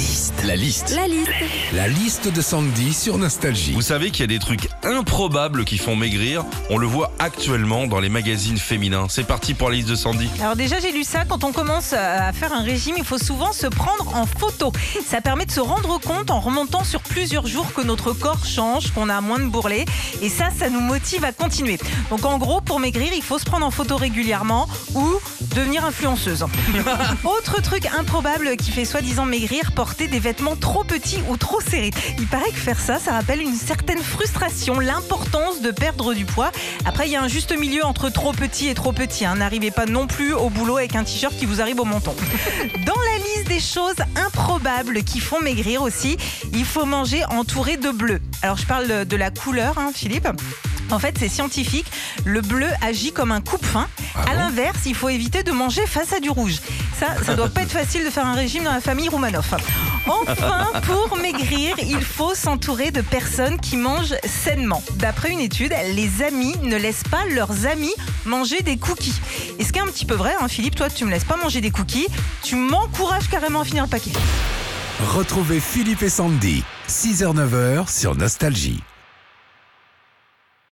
La liste. La liste. La liste de Sandy sur Nostalgie. Vous savez qu'il y a des trucs improbables qui font maigrir. On le voit actuellement dans les magazines féminins. C'est parti pour la liste de Sandy. Alors déjà, j'ai lu ça, quand on commence à faire un régime, il faut souvent se prendre en photo. Ça permet de se rendre compte en remontant sur plusieurs jours que notre corps change, qu'on a moins de bourrelets. Et ça nous motive à continuer. Donc en gros, pour maigrir, il faut se prendre en photo régulièrement ou devenir influenceuse. Autre truc improbable qui fait soi-disant maigrir, porter des vêtements trop petits ou trop serrés. Il paraît que faire ça rappelle une certaine frustration, l'importance de perdre du poids. Après, il y a un juste milieu entre trop petit et trop petit. N'arrivez pas non plus au boulot avec un t-shirt qui vous arrive au menton. Dans la liste des choses improbables qui font maigrir aussi, il faut manger entouré de bleu. Alors, je parle de la couleur, Philippe. En fait, c'est scientifique. Le bleu agit comme un coupe-faim. À l'inverse, il faut éviter de manger face à du rouge. Ça doit pas être facile de faire un régime dans la famille Roumanoff. Enfin, pour maigrir, il faut s'entourer de personnes qui mangent sainement. D'après une étude, les amis ne laissent pas leurs amis manger des cookies. Et ce qui est un petit peu vrai, Philippe, toi, tu me laisses pas manger des cookies, tu m'encourages carrément à finir le paquet. Retrouvez Philippe et Sandy, 6h-9h sur Nostalgie.